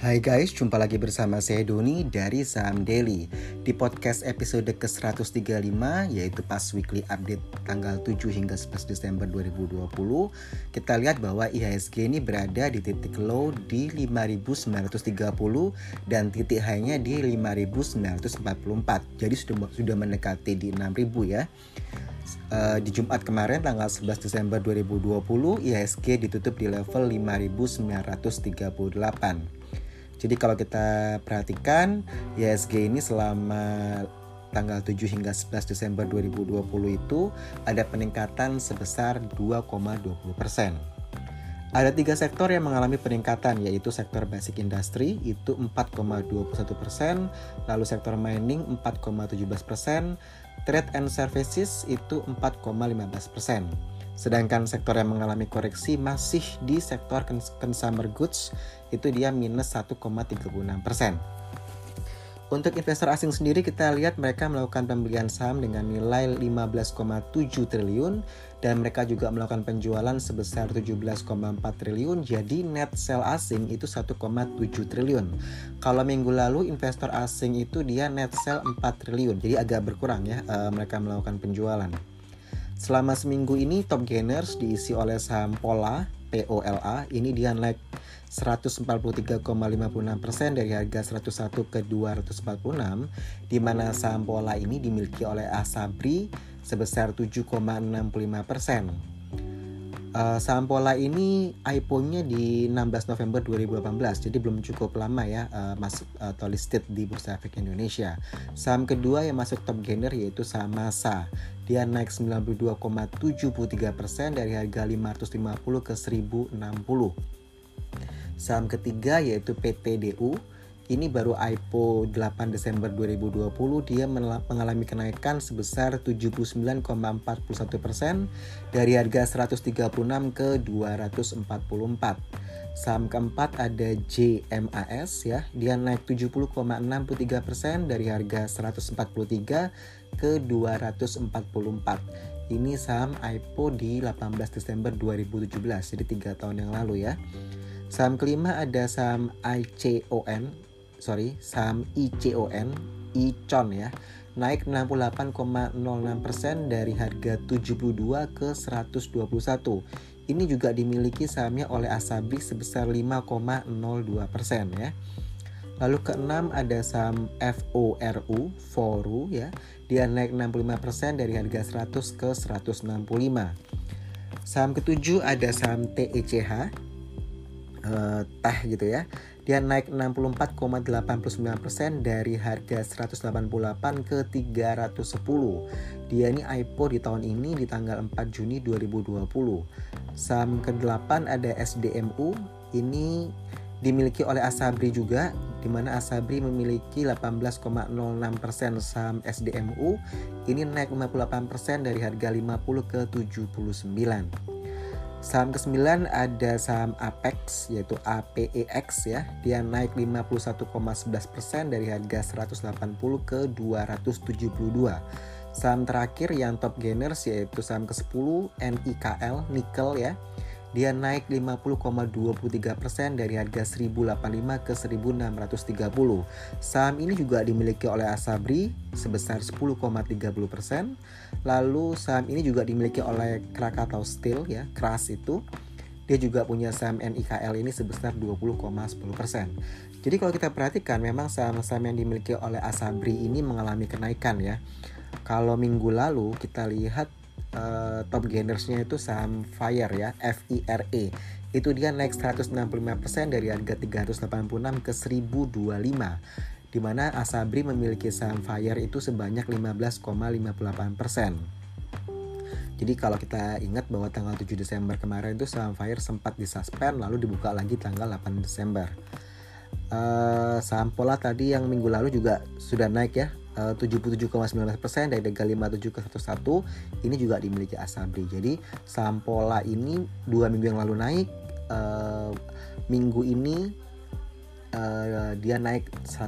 Hai guys, jumpa lagi bersama saya Doni dari Saham Daily. Di podcast episode ke-135, yaitu pas weekly update tanggal 7 hingga 11 Desember 2020, kita lihat bahwa IHSG ini berada di titik low di 5.930 dan titik high-nya di 5.944. Jadi sudah mendekati di 6.000 ya. Di Jumat kemarin tanggal 11 Desember 2020, IHSG ditutup di level 5.938. Jadi kalau kita perhatikan, IHSG ini selama tanggal 7 hingga 11 Desember 2020 itu ada peningkatan sebesar 2,20%. Ada 3 sektor yang mengalami peningkatan, yaitu sektor basic industry itu 4,21%, lalu sektor mining 4,17%, trade and services itu 4,15%. Sedangkan sektor yang mengalami koreksi masih di sektor consumer goods, itu dia minus 1,36%. Untuk investor asing sendiri kita lihat mereka melakukan pembelian saham dengan nilai 15,7 triliun dan mereka juga melakukan penjualan sebesar 17,4 triliun, jadi net sell asing itu 1,7 triliun. Kalau minggu lalu investor asing itu dia net sell 4 triliun, jadi agak berkurang ya mereka melakukan penjualan. Selama seminggu ini top gainers diisi oleh saham Pola, POLA, ini dia naik 143,56% dari harga 101 ke 246, di mana saham Pola ini dimiliki oleh Asabri sebesar 7,65%. Saham Pola ini IPO-nya di 16 November 2018, jadi belum cukup lama ya masuk atau listed di Bursa Efek Indonesia. Saham kedua yang masuk top gainer yaitu saham Masa. Dia naik 92,73% dari harga 550 ke 1060. Saham ketiga yaitu PTDU. Ini baru IPO 8 Desember 2020, dia mengalami kenaikan sebesar 79,41% dari harga 136 ke 244. Saham keempat ada JMAS ya, dia naik 70,63% dari harga 143 ke 244. Ini saham IPO di 18 Desember 2017, jadi 3 tahun yang lalu ya. Saham kelima ada saham saham ICON ya, naik 68,06% dari harga 72 ke 121. Ini juga dimiliki sahamnya oleh Asabri sebesar 5,02% ya. Lalu keenam ada saham FORU ya, dia naik 65% dari harga 100 ke 165. Saham ketujuh ada saham TECH, teh gitu ya. Dia naik 64,89% dari harga 188 ke 310. Dia ini IPO di tahun ini di tanggal 4 Juni 2020. Saham ke-8 ada SDMU. Ini dimiliki oleh Asabri juga, di mana Asabri memiliki 18,06% saham SDMU. Ini naik 58% dari harga 50 ke 79. Saham ke-9 ada saham Apex yaitu APEX ya. Dia naik 51,11% dari harga 180 ke 272. Saham terakhir yang top gainers yaitu saham ke-10 NIKL Nikel ya. Dia naik 50,23% dari harga 1085 ke 1630. Saham ini juga dimiliki oleh Asabri sebesar 10,30%. Lalu saham ini juga dimiliki oleh Krakatau Steel ya, KRAS itu. Dia juga punya saham NIKL ini sebesar 20,10%. Jadi kalau kita perhatikan memang saham-saham yang dimiliki oleh Asabri ini mengalami kenaikan ya. Kalau minggu lalu kita lihat top gainersnya itu saham FIRE ya, FIRE. Itu dia naik 165% dari harga 386 ke 1025. Di mana Asabri memiliki saham FIRE itu sebanyak 15,58%. Jadi kalau kita ingat bahwa tanggal 7 Desember kemarin itu saham FIRE sempat disuspend lalu dibuka lagi tanggal 8 Desember. Saham Pola tadi yang minggu lalu juga sudah naik ya, 77,19% dari harga 57 ke 101. Ini juga dimiliki Asabri. Jadi saham Pola ini 2 minggu yang lalu naik, minggu ini dia naik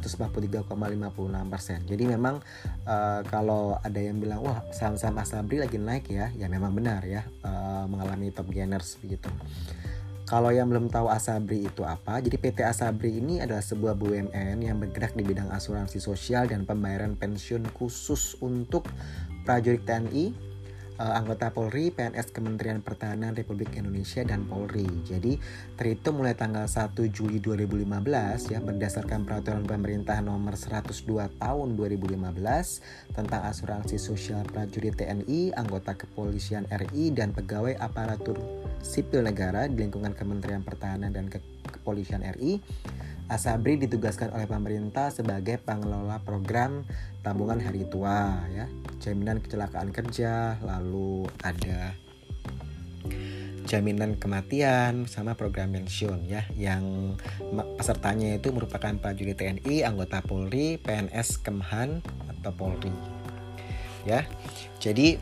143,56%. Jadi memang kalau ada yang bilang wah saham-saham Asabri lagi naik ya memang benar ya, mengalami top gainers begitu. Kalau yang belum tahu Asabri itu apa, jadi PT Asabri ini adalah sebuah BUMN yang bergerak di bidang asuransi sosial dan pembayaran pensiun khusus untuk prajurit TNI, anggota Polri, PNS Kementerian Pertahanan Republik Indonesia, dan Polri. Jadi terhitung mulai tanggal 1 Juli 2015 ya, berdasarkan peraturan pemerintah nomor 102 tahun 2015 tentang asuransi sosial prajurit TNI, anggota kepolisian RI, dan pegawai aparatur sipil negara di lingkungan Kementerian Pertahanan dan Kepolisian RI. Asabri ditugaskan oleh pemerintah sebagai pengelola program tabungan hari tua ya, jaminan kecelakaan kerja, lalu ada jaminan kematian sama program pensiun ya, yang pesertanya itu merupakan prajurit TNI, anggota Polri, PNS Kemhan atau Polri ya. Jadi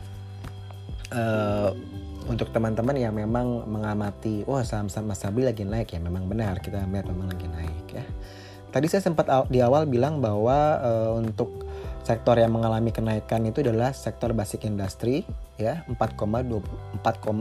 untuk teman-teman yang memang mengamati, saham-saham Asabri lagi naik ya, memang benar, kita melihat memang lagi naik ya. Tadi saya sempat di awal bilang bahwa untuk sektor yang mengalami kenaikan itu adalah sektor basic industry ya, 4,21%.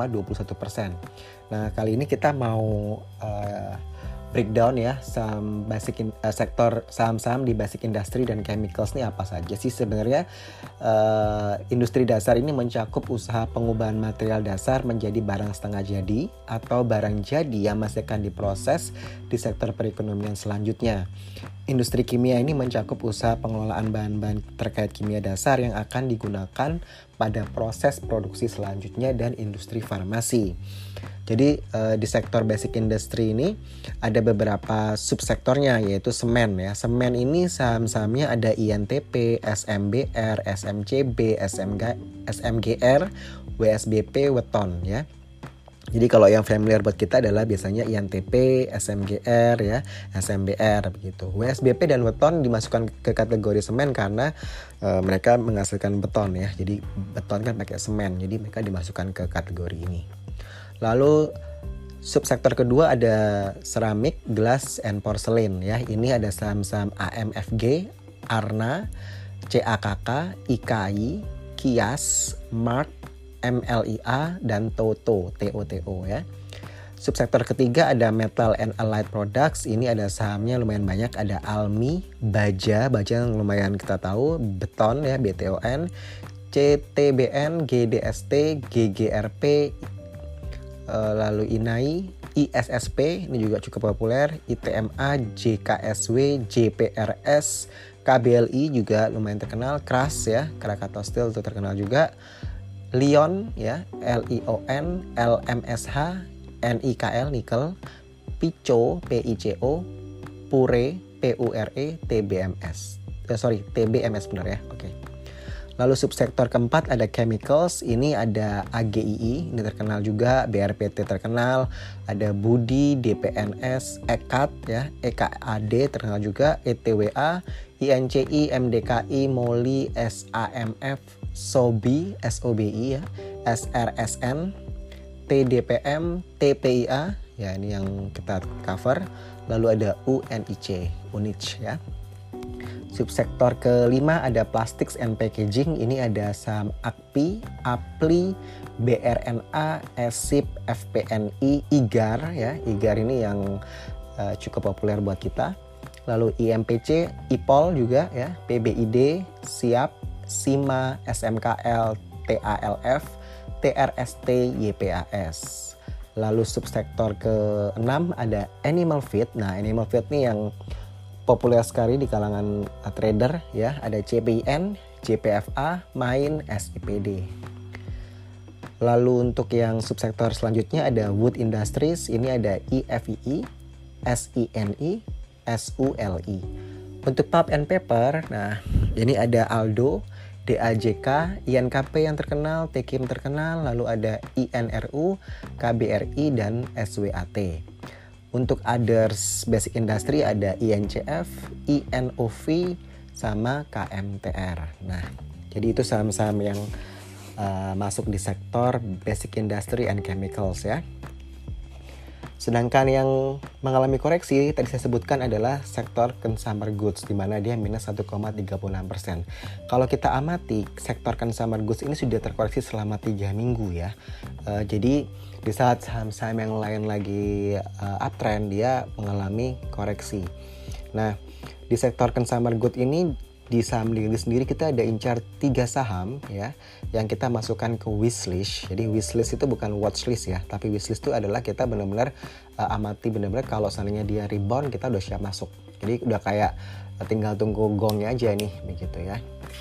Nah, kali ini kita mau breakdown ya sektor saham-saham di basic industry dan chemicals ini apa saja sih sebenarnya. Industri dasar ini mencakup usaha pengubahan material dasar menjadi barang setengah jadi atau barang jadi yang masih akan diproses di sektor perekonomian selanjutnya. Industri kimia ini mencakup usaha pengelolaan bahan-bahan terkait kimia dasar yang akan digunakan pada proses produksi selanjutnya, dan industri farmasi. Jadi di sektor basic industry ini ada beberapa subsektornya, yaitu semen ya. Semen ini saham-sahamnya ada INTP, SMBR, SMCB, SMGR, WSBP, Weton ya. Jadi kalau yang familiar buat kita adalah biasanya INTP, SMGR ya, SMBR begitu. WSBP dan Weton dimasukkan ke kategori semen karena mereka menghasilkan beton ya. Jadi beton kan pakai semen, jadi mereka dimasukkan ke kategori ini. Lalu subsektor kedua ada ceramic, glass, and porcelain ya. Ini ada saham-saham AMFG, Arna, CAKK, IKI, Kias, Mart, MLIA, dan TOTO ya. Subsektor ketiga ada metal and allied products. Ini ada sahamnya lumayan banyak, ada Almi, Baja yang lumayan kita tahu, Beton ya, BTON, CTBN, GDST, GGRP, lalu Inai, ISSP ini juga cukup populer, ITMA, JKSW, JPRS, KBLI juga lumayan terkenal, Kras ya, Krakatau Steel itu terkenal juga, Lion ya, LION, LMSH, NIKL, Nikel, PICO, PICO, Pure, PURE, TBMS benar ya, oke. Lalu subsektor keempat ada chemicals, ini ada AGII, ini terkenal juga, BRPT terkenal, ada Budi, DPNS, EKAT ya, EKAD terkenal juga, ETWA, INCI, MDKI, MOLI, SAMF, SOBI ya, SRSN, TDPM, TPIA ya, ini yang kita cover. Lalu ada UNIC ya. Subsektor kelima ada plastics and packaging, ini ada saham AKPI, APLI, BRNA, ESIP, FPNI, IGAR ya. IGAR ini yang cukup populer buat kita. Lalu IMPC, IPOL juga ya, PBID, SIAP, SIMA, SMKL, TALF, TRST, YPAS. Lalu subsektor ke-6 ada animal feed. Nah, animal feed ini yang populer sekali di kalangan trader ya. Ada CPIN, JPFA, MAIN, SIPD. Lalu untuk yang subsektor selanjutnya ada wood industries. Ini ada IFII, SINI, SULI. Untuk pulp and paper, nah ini ada Aldo, DAJK, INKP yang terkenal, Tekim terkenal, lalu ada INRU, KBRI, dan SWAT. Untuk others basic industry ada INCF, INOV, sama KMTR. Nah, jadi itu saham-saham yang masuk di sektor basic industry and chemicals ya. Sedangkan yang mengalami koreksi tadi saya sebutkan adalah sektor consumer goods, di mana dia minus 1,36%. Kalau kita amati sektor consumer goods ini sudah terkoreksi selama 3 minggu ya. Jadi Di saat saham-saham yang lain lagi uptrend, dia mengalami koreksi. Nah, di sektor consumer good ini, di saham diri sendiri kita ada incar 3 saham ya yang kita masukkan ke wishlist. Jadi wishlist itu bukan watchlist ya, tapi wishlist itu adalah kita benar-benar amati benar-benar kalau seandainya dia rebound kita udah siap masuk. Jadi udah kayak tinggal tunggu gongnya aja nih begitu ya.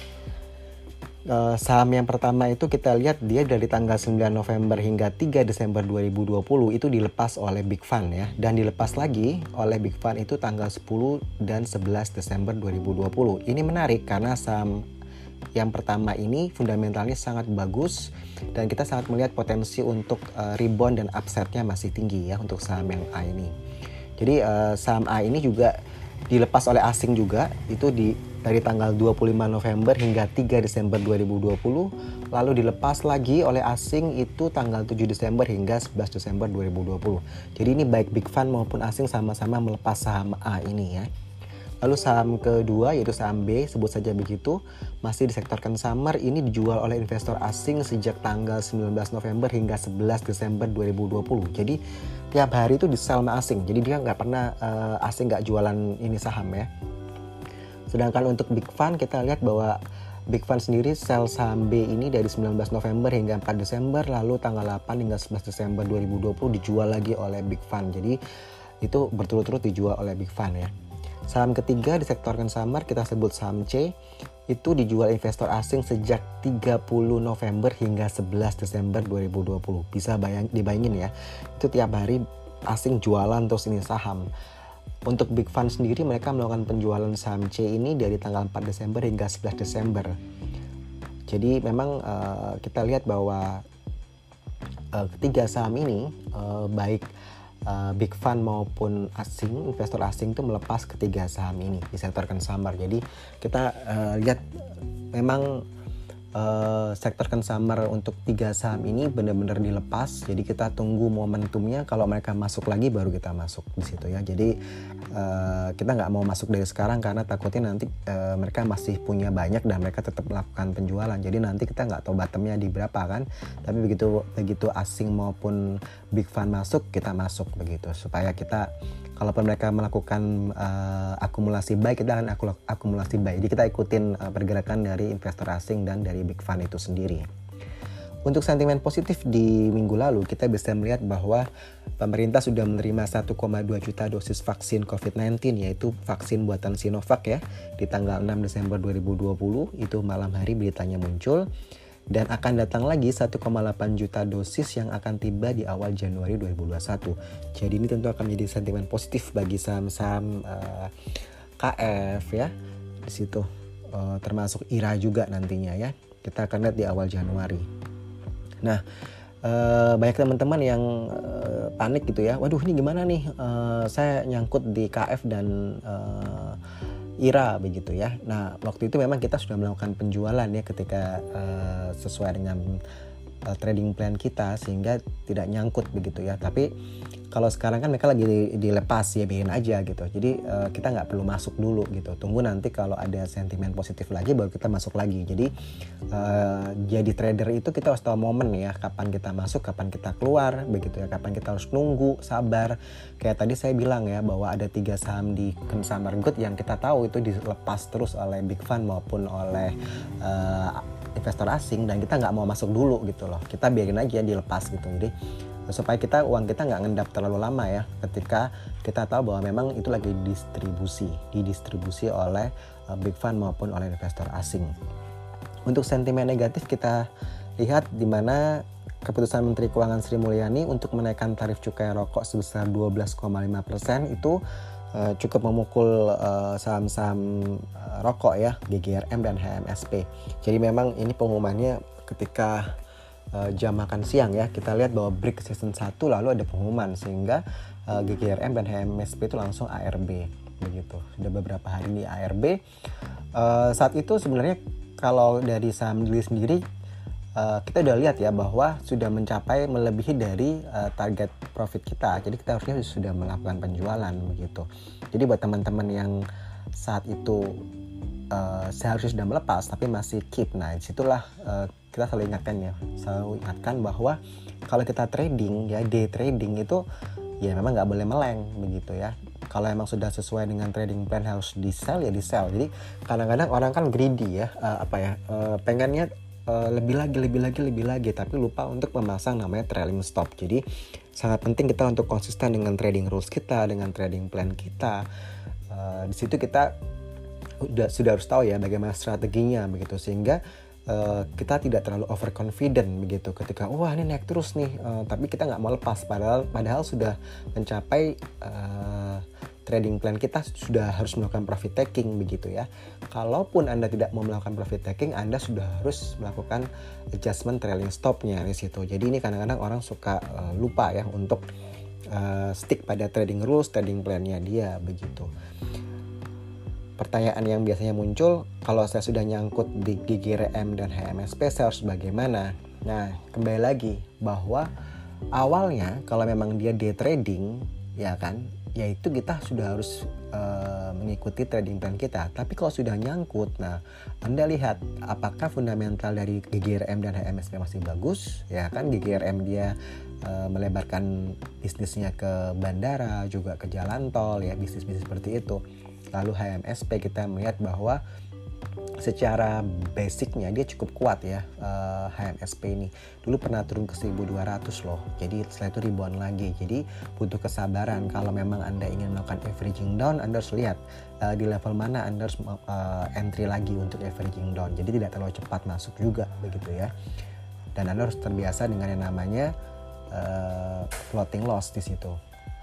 Saham yang pertama itu kita lihat dia dari tanggal 9 November hingga 3 Desember 2020 itu dilepas oleh Big Fund ya, dan dilepas lagi oleh Big Fund itu tanggal 10 dan 11 Desember 2020. Ini menarik karena saham yang pertama ini fundamentalnya sangat bagus dan kita sangat melihat potensi untuk rebound dan upside-nya masih tinggi ya untuk saham yang A ini. Jadi saham A ini juga dilepas oleh asing juga, itu dari tanggal 25 November hingga 3 Desember 2020, lalu dilepas lagi oleh asing itu tanggal 7 Desember hingga 11 Desember 2020. Jadi ini baik Big Fund maupun asing sama-sama melepas saham A ini ya. Lalu saham kedua yaitu saham B, sebut saja begitu, masih di sektor consumer, ini dijual oleh investor asing sejak tanggal 19 November hingga 11 Desember 2020. Jadi tiap hari itu di-sell sama asing, jadi dia nggak pernah asing nggak jualan ini saham ya. Sedangkan untuk Big Fund kita lihat bahwa Big Fund sendiri sell saham B ini dari 19 November hingga 4 Desember, lalu tanggal 8 hingga 11 Desember 2020 dijual lagi oleh Big Fund. Jadi itu berturut-turut dijual oleh Big Fund ya. Saham ketiga di sektor consumer kita sebut saham C, itu dijual investor asing sejak 30 November hingga 11 Desember 2020. Bisa dibayangin ya, itu tiap hari asing jualan terus ini saham. Untuk Big Fund sendiri mereka melakukan penjualan saham C ini dari tanggal 4 Desember hingga 11 Desember. Jadi memang kita lihat bahwa ketiga saham ini baik Big Fund maupun asing, investor asing itu melepas ketiga saham ini di sektor consumer. Jadi kita lihat memang sektor consumer untuk 3 saham ini benar-benar dilepas. Jadi kita tunggu momentumnya, kalau mereka masuk lagi baru kita masuk di situ ya. Jadi kita nggak mau masuk dari sekarang karena takutnya nanti mereka masih punya banyak dan mereka tetap melakukan penjualan. Jadi nanti kita nggak tahu bottomnya di berapa kan. Tapi begitu asing maupun Big Fund masuk, kita masuk begitu supaya kita kalaupun mereka melakukan akumulasi buy, kita akan akumulasi buy. Jadi kita ikutin pergerakan dari investor asing dan dari Big Fund itu sendiri. Untuk sentimen positif di minggu lalu, kita bisa melihat bahwa pemerintah sudah menerima 1,2 juta dosis vaksin COVID-19, yaitu vaksin buatan Sinovac ya, di tanggal 6 Desember 2020, itu malam hari beritanya muncul. Dan akan datang lagi 1,8 juta dosis yang akan tiba di awal Januari 2021. Jadi ini tentu akan menjadi sentimen positif bagi saham-saham KF ya. Di situ termasuk IRA juga nantinya ya. Kita akan lihat di awal Januari. Nah, banyak teman-teman yang panik gitu ya. Waduh, ini gimana nih? Saya nyangkut di KF dan IRA begitu ya. Nah, waktu itu memang kita sudah melakukan penjualan ya ketika sesuai dengan trading plan kita sehingga tidak nyangkut begitu ya. Tapi kalau sekarang kan mereka lagi dilepas ya, biarin aja gitu. Jadi kita nggak perlu masuk dulu gitu. Tunggu nanti kalau ada sentimen positif lagi baru kita masuk lagi. Jadi jadi trader itu kita harus tahu momen ya, kapan kita masuk, kapan kita keluar begitu ya. Kapan kita harus nunggu, sabar. Kayak tadi saya bilang ya bahwa ada 3 saham di consumer good yang kita tahu itu dilepas terus oleh Big Fund maupun oleh investor asing, dan kita nggak mau masuk dulu gitu loh. Kita biarin aja dilepas gitu. Jadi supaya uang kita nggak ngendap terlalu lama ya, ketika kita tahu bahwa memang itu lagi didistribusi oleh Big Fund maupun oleh investor asing. Untuk sentimen negatif kita lihat di mana keputusan Menteri Keuangan Sri Mulyani untuk menaikkan tarif cukai rokok sebesar 12,5% itu cukup memukul saham-saham rokok ya, GGRM dan HMSP. Jadi memang ini pengumumannya ketika jam makan siang ya. Kita lihat bahwa break season 1 lalu ada pengumuman sehingga GGRM dan HMSP itu langsung ARB begitu. Sudah beberapa hari di ARB. Saat itu sebenarnya kalau dari saham sendiri kita udah lihat ya bahwa sudah mencapai melebihi dari target profit kita. Jadi kita harusnya sudah melakukan penjualan begitu. Jadi buat teman-teman yang saat itu seharusnya sudah melepas tapi masih keep, nah disitulah kita selalu ingatkan bahwa kalau kita trading ya, day trading itu ya memang nggak boleh meleng begitu ya. Kalau emang sudah sesuai dengan trading plan harus di sell ya di sell. Jadi kadang-kadang orang kan greedy ya, pengennya lebih lagi, tapi lupa untuk memasang namanya trailing stop. Jadi sangat penting kita untuk konsisten dengan trading rules kita, dengan trading plan kita. Di situ kita sudah harus tahu ya bagaimana strateginya begitu, sehingga kita tidak terlalu overconfident begitu ketika wah ini naik terus nih, tapi kita nggak mau lepas padahal sudah mencapai trading plan kita, sudah harus melakukan profit taking begitu ya. Kalaupun Anda tidak mau melakukan profit taking, Anda sudah harus melakukan adjustment trailing stopnya di situ. Jadi ini kadang-kadang orang suka lupa ya untuk stick pada trading rules, trading plan-nya dia begitu. Pertanyaan yang biasanya muncul, kalau saya sudah nyangkut di GGRM dan HMSP, saya harus bagaimana? Nah, kembali lagi bahwa awalnya kalau memang dia day trading, ya kan, yaitu kita sudah harus mengikuti trading plan kita. Tapi kalau sudah nyangkut, nah Anda lihat apakah fundamental dari GGRM dan HMSP masih bagus, ya kan? GGRM dia melebarkan bisnisnya ke bandara, juga ke jalan tol, ya bisnis-bisnis seperti itu. Lalu HMSP kita melihat bahwa secara basicnya dia cukup kuat ya. HMSP ini dulu pernah turun ke 1200 loh, jadi setelah itu ribuan lagi. Jadi butuh kesabaran. Kalau memang Anda ingin melakukan averaging down, Anda harus lihat di level mana Anda harus entry lagi untuk averaging down. Jadi tidak terlalu cepat masuk juga begitu ya. Dan Anda harus terbiasa dengan yang namanya floating loss di situ.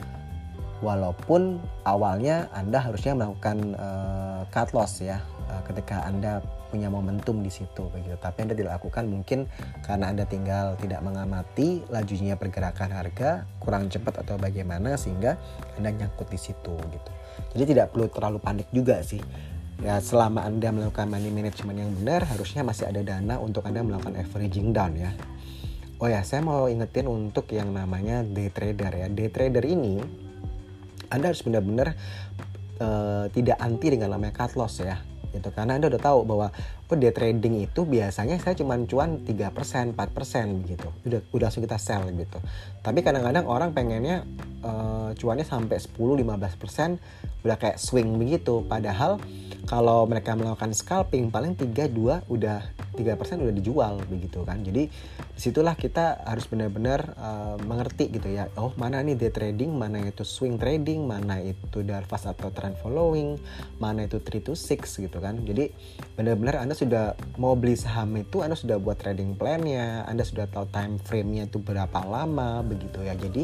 Walaupun awalnya Anda harusnya melakukan cut loss ya ketika Anda punya momentum di situ begitu, tapi Anda tidak lakukan mungkin karena Anda tinggal tidak mengamati lajunya pergerakan harga kurang cepat atau bagaimana sehingga Anda nyangkut di situ gitu. Jadi tidak perlu terlalu panik juga sih. Ya, selama Anda melakukan money management yang benar, harusnya masih ada dana untuk Anda melakukan averaging down ya. Oh ya, saya mau ingetin untuk yang namanya day trader ya. Day trader ini Anda harus benar-benar tidak anti dengan namanya cut loss ya, gitu. Karena Anda udah tahu bahwa day trading itu biasanya saya cuma cuan 3%, 4% begitu. Udah langsung kita sell gitu. Tapi kadang-kadang orang pengennya cuannya sampai 10, 15% udah kayak swing begitu. Padahal kalau mereka melakukan scalping paling 3% udah dijual begitu kan. Jadi disitulah kita harus benar-benar mengerti gitu ya. Oh, mana nih day trading, mana itu swing trading, mana itu darvas atau trend following, mana itu 3 to 6 gitu kan. Jadi benar-benar Anda sudah mau beli saham itu, Anda sudah buat trading plan-nya, Anda sudah tahu time frame-nya itu berapa lama begitu ya. Jadi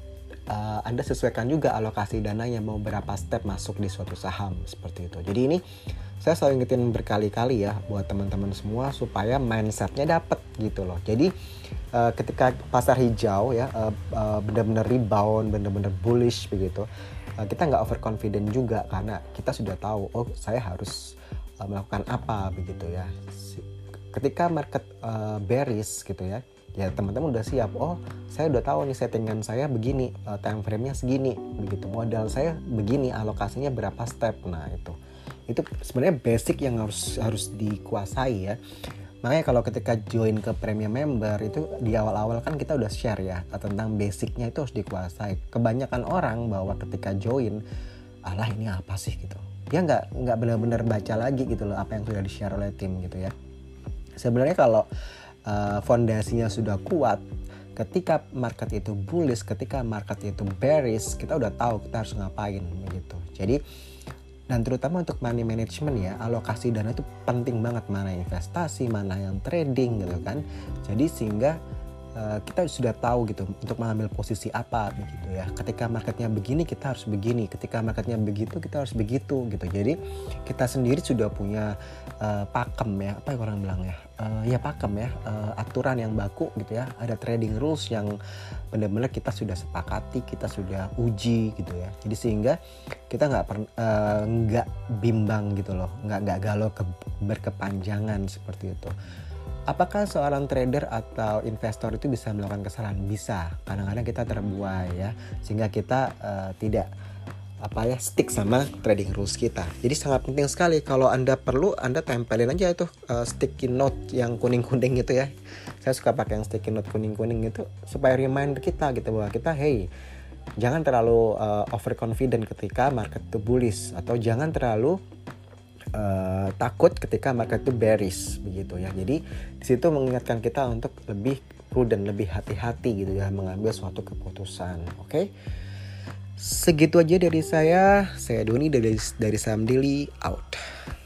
Anda sesuaikan juga alokasi dananya mau berapa step masuk di suatu saham seperti itu. Jadi ini saya selalu ingetin berkali-kali ya buat teman-teman semua supaya mindsetnya dapat gitu loh. Jadi ketika pasar hijau ya benar-benar rebound, benar-benar bullish begitu, kita nggak overconfident juga karena kita sudah tahu oh saya harus melakukan apa begitu ya. Ketika market bearish gitu ya, ya teman-teman udah siap. Oh, saya udah tahu nih settingan saya begini, time frame-nya segini, begitu. Modal saya begini, alokasinya berapa step. Nah, itu sebenarnya basic yang harus dikuasai ya. Makanya kalau ketika join ke premium member itu di awal-awal kan kita udah share ya tentang basicnya itu harus dikuasai. Kebanyakan orang bahwa ketika join, alah ini apa sih gitu. Dia nggak benar-benar baca lagi gitu loh apa yang sudah di-share oleh tim gitu ya. Sebenarnya kalau fondasinya sudah kuat, ketika market itu bullish, ketika market itu bearish, kita udah tahu kita harus ngapain begitu. Jadi dan terutama untuk money management ya, alokasi dana itu penting banget, mana investasi, mana yang trading gitu kan. Jadi sehingga kita sudah tahu gitu untuk mengambil posisi apa begitu ya. Ketika marketnya begini kita harus begini, ketika marketnya begitu kita harus begitu gitu. Jadi kita sendiri sudah punya pakem ya, apa yang orang bilang ya, ya pakem ya, aturan yang baku gitu ya. Ada trading rules yang benar-benar kita sudah sepakati, kita sudah uji gitu ya. Jadi sehingga kita nggak bimbang gitu loh, nggak galau berkepanjangan seperti itu. Apakah seorang trader atau investor itu bisa melakukan kesalahan? Bisa. Kadang-kadang kita terbuai ya, sehingga kita tidak stick sama trading rules kita. Jadi sangat penting sekali, kalau Anda perlu Anda tempelin aja itu sticky note yang kuning-kuning gitu ya. Saya suka pakai yang sticky note kuning-kuning itu supaya reminder kita gitu bahwa kita jangan terlalu overconfident ketika market itu bullish, atau jangan terlalu takut ketika market itu bearish begitu ya. Jadi di situ mengingatkan kita untuk lebih prudent, lebih hati-hati gitu ya mengambil suatu keputusan. Oke. Segitu aja dari saya Doni dari Saham Daily out.